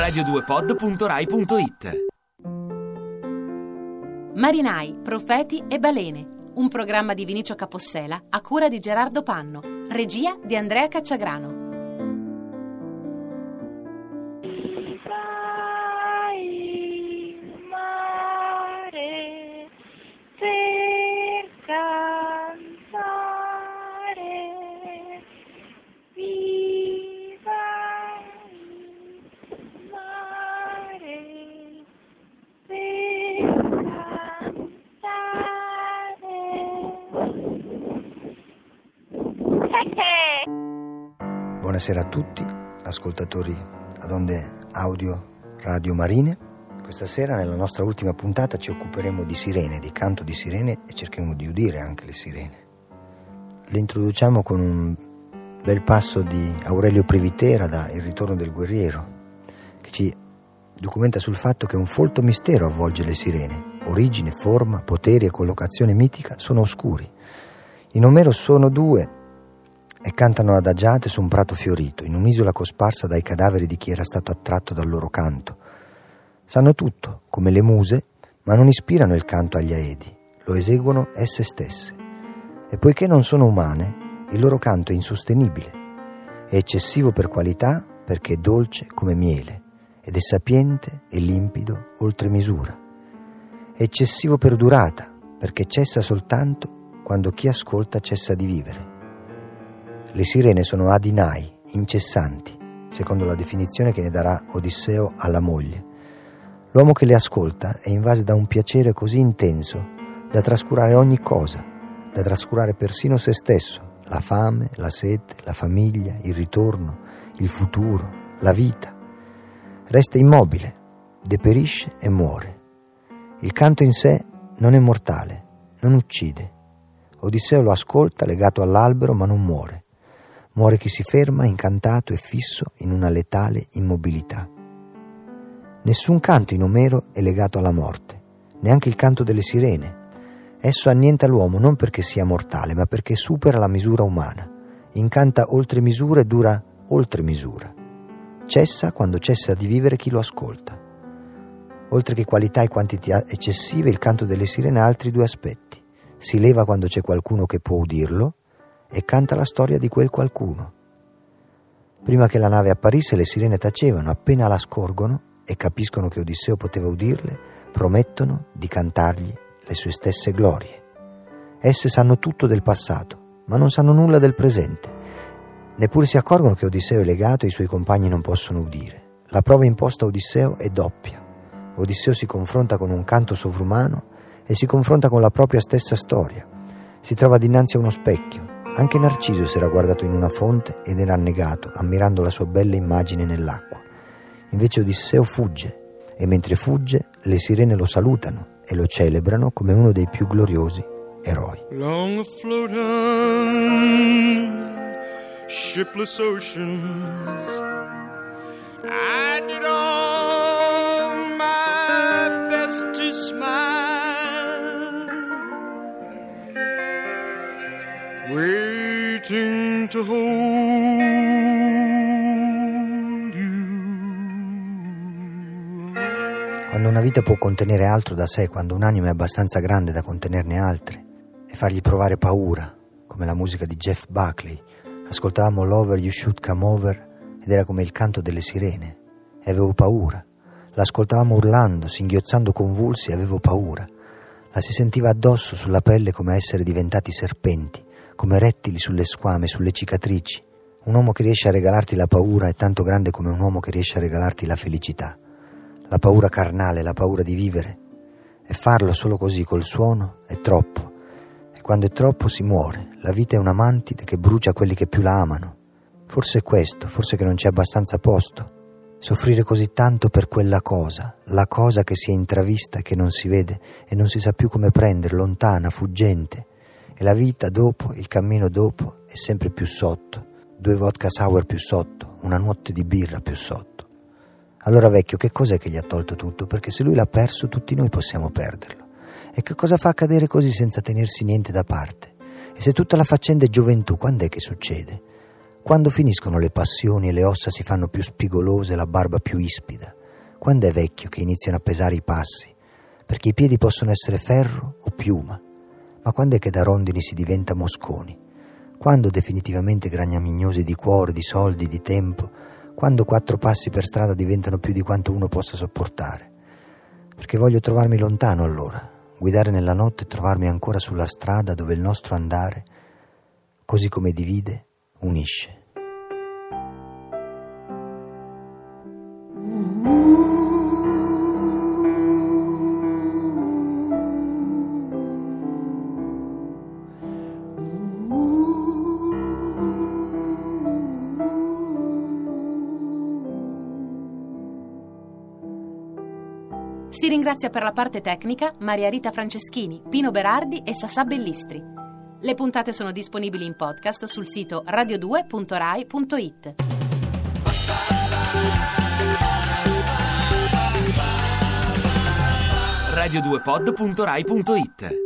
radio2pod.rai.it. Marinai, profeti e balene. Un programma di Vinicio Capossela a cura di Gerardo Panno. Regia di Andrea Cacciagrano. Buonasera a tutti, ascoltatori ad onde audio Radio Marine. Questa sera, nella nostra ultima puntata, ci occuperemo di sirene, di canto di sirene, e cercheremo di udire anche le sirene. Le introduciamo con un bel passo di Aurelio Privitera da Il ritorno del guerriero, che ci documenta sul fatto che un folto mistero avvolge le sirene. Origine, forma, poteri e collocazione mitica sono oscuri. In Omero sono due e cantano adagiate su un prato fiorito, in un'isola cosparsa dai cadaveri di chi era stato attratto dal loro canto. Sanno tutto, come le muse, ma non ispirano il canto agli aedi, lo eseguono esse stesse. E poiché non sono umane, il loro canto è insostenibile. È eccessivo per qualità, perché è dolce come miele, ed è sapiente e limpido oltre misura. È eccessivo per durata, perché cessa soltanto quando chi ascolta cessa di vivere. Le sirene sono adinai, incessanti, secondo la definizione che ne darà Odisseo alla moglie. L'uomo che le ascolta è invaso da un piacere così intenso da trascurare ogni cosa, da trascurare persino se stesso, la fame, la sete, la famiglia, il ritorno, il futuro, la vita. Resta immobile, deperisce e muore. Il canto in sé non è mortale, non uccide. Odisseo lo ascolta legato all'albero, ma non muore. Muore chi si ferma incantato e fisso in una letale immobilità. Nessun canto in Omero è legato alla morte, neanche il canto delle sirene. Esso annienta l'uomo non perché sia mortale, ma perché supera la misura umana. Incanta oltre misura e dura oltre misura. Cessa quando cessa di vivere chi lo ascolta. Oltre che qualità e quantità eccessive, il canto delle sirene ha altri due aspetti. Si leva quando c'è qualcuno che può udirlo, e canta la storia di quel qualcuno. Prima che la nave apparisse, le sirene tacevano. Appena la scorgono e capiscono che Odisseo poteva udirle, promettono di cantargli le sue stesse glorie. Esse sanno tutto del passato, ma non sanno nulla del presente. Neppure si accorgono che Odisseo è legato e i suoi compagni non possono udire. La prova imposta a Odisseo è doppia. Odisseo si confronta con un canto sovrumano e si confronta con la propria stessa storia. Si trova dinanzi a uno specchio. Anche Narciso si era guardato in una fonte ed era annegato, ammirando la sua bella immagine nell'acqua. Invece Odisseo fugge, e mentre fugge le sirene lo salutano e lo celebrano come uno dei più gloriosi eroi. Long afloat on shipless oceans, I did all my best to smile, waiting to hold you. Quando una vita può contenere altro da sé, quando un'anima è abbastanza grande da contenerne altre e fargli provare paura, come la musica di Jeff Buckley, ascoltavamo Lover You Should Come Over ed era come il canto delle sirene, e avevo paura. L'ascoltavamo urlando, singhiozzando convulsi, e avevo paura. La si sentiva addosso sulla pelle come essere diventati serpenti, come rettili sulle squame, sulle cicatrici. Un uomo che riesce a regalarti la paura è tanto grande come un uomo che riesce a regalarti la felicità. La paura carnale, la paura di vivere. E farlo solo così, col suono, è troppo. E quando è troppo si muore. La vita è una mantide che brucia quelli che più la amano. Forse è questo, forse che non c'è abbastanza posto. Soffrire così tanto per quella cosa, la cosa che si è intravista e che non si vede e non si sa più come prendere, lontana, fuggente. E la vita dopo, il cammino dopo, è sempre più sotto. 2 vodka sour più sotto, una notte di birra più sotto. Allora vecchio, che cos'è che gli ha tolto tutto? Perché se lui l'ha perso, tutti noi possiamo perderlo. E che cosa fa accadere così senza tenersi niente da parte? E se tutta la faccenda è gioventù, quando è che succede? Quando finiscono le passioni e le ossa si fanno più spigolose e la barba più ispida? Quando è vecchio che iniziano a pesare i passi? Perché i piedi possono essere ferro o piuma. Ma quando è che da rondini si diventa mosconi? Quando definitivamente gragnamignosi di cuore, di soldi, di tempo? Quando 4 passi per strada diventano più di quanto uno possa sopportare? Perché voglio trovarmi lontano allora, guidare nella notte e trovarmi ancora sulla strada dove il nostro andare, così come divide, unisce. Si ringrazia per la parte tecnica Maria Rita Franceschini, Pino Berardi e Sassà Bellistri. Le puntate sono disponibili in podcast sul sito radio2.rai.it. radio2pod.rai.it